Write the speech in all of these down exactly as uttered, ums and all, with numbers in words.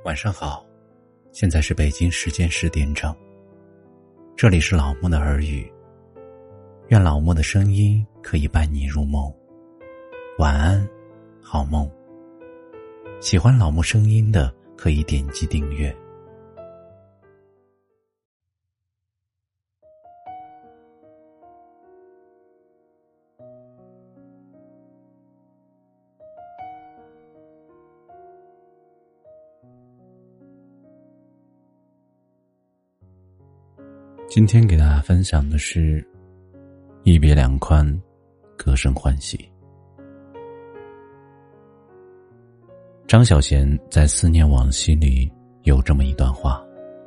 晚上好，现在是北京时间十点整，这里是老木的耳语，愿老木的声音可以伴你入梦。晚安，好梦。喜欢老木声音的可以点击订阅。今天给大家分享的是一别两宽，各生欢喜。张小娴在《思念往昔》里有这么一段话：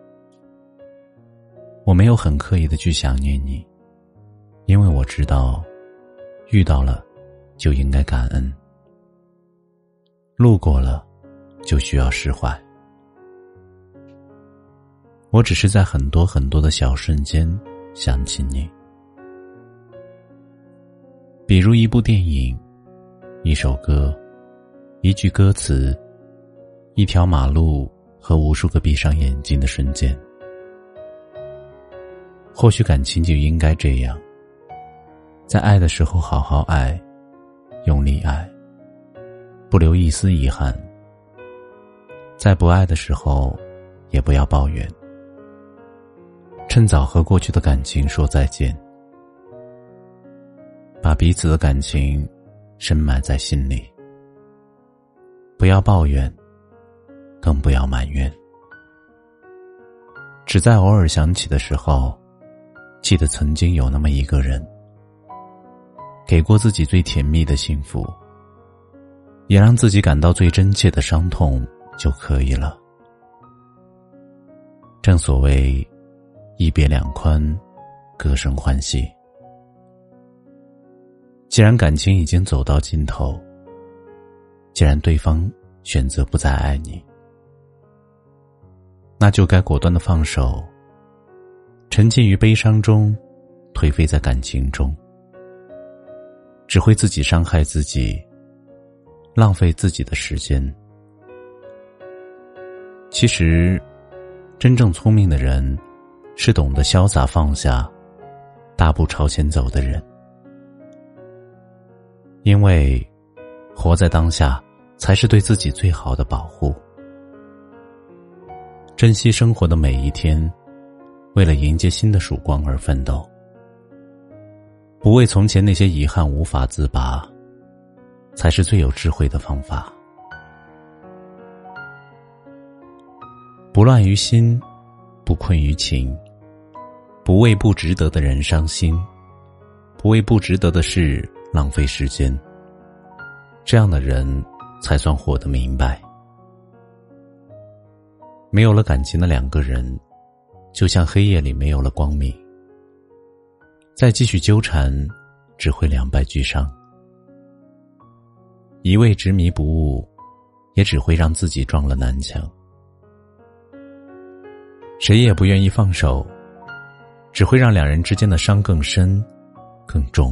我没有很刻意的去想念你，因为我知道遇到了就应该感恩，路过了就需要释怀。我只是在很多很多的小瞬间想起你，比如一部电影，一首歌，一句歌词，一条马路和无数个闭上眼睛的瞬间。或许感情就应该这样，在爱的时候好好爱，用力爱，不留一丝遗憾，在不爱的时候也不要抱怨，趁早和过去的感情说再见，把彼此的感情深埋在心里，不要抱怨，更不要埋怨，只在偶尔想起的时候，记得曾经有那么一个人，给过自己最甜蜜的幸福，也让自己感到最真切的伤痛就可以了。正所谓一别两宽，各生欢喜。既然感情已经走到尽头，既然对方选择不再爱你，那就该果断地放手，沉浸于悲伤中，颓废在感情中，只会自己伤害自己，浪费自己的时间。其实真正聪明的人是懂得潇洒放下，大步朝前走的人。因为活在当下才是对自己最好的保护。珍惜生活的每一天，为了迎接新的曙光而奋斗，不为从前那些遗憾无法自拔，才是最有智慧的方法。不乱于心，不困于情，不为不值得的人伤心，不为不值得的事浪费时间，这样的人才算活得明白。没有了感情的两个人，就像黑夜里没有了光明，再继续纠缠，只会两败俱伤。一味执迷不悟，也只会让自己撞了南墙。谁也不愿意放手，只会让两人之间的伤更深更重。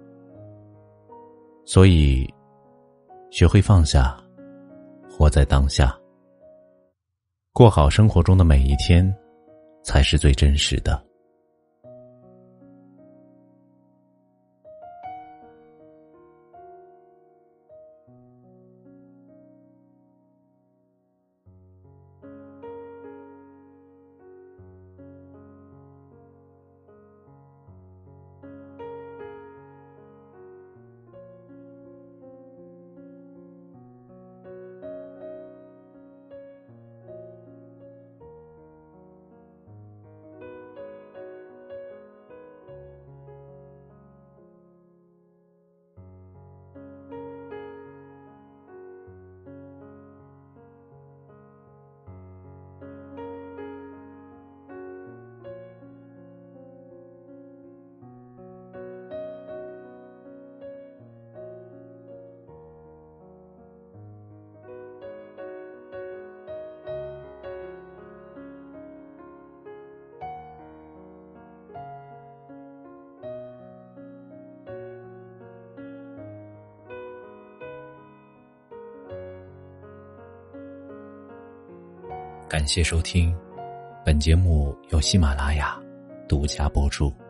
所以学会放下，活在当下，过好生活中的每一天，才是最真实的。 感谢收听，本节目由喜马拉雅独家播出。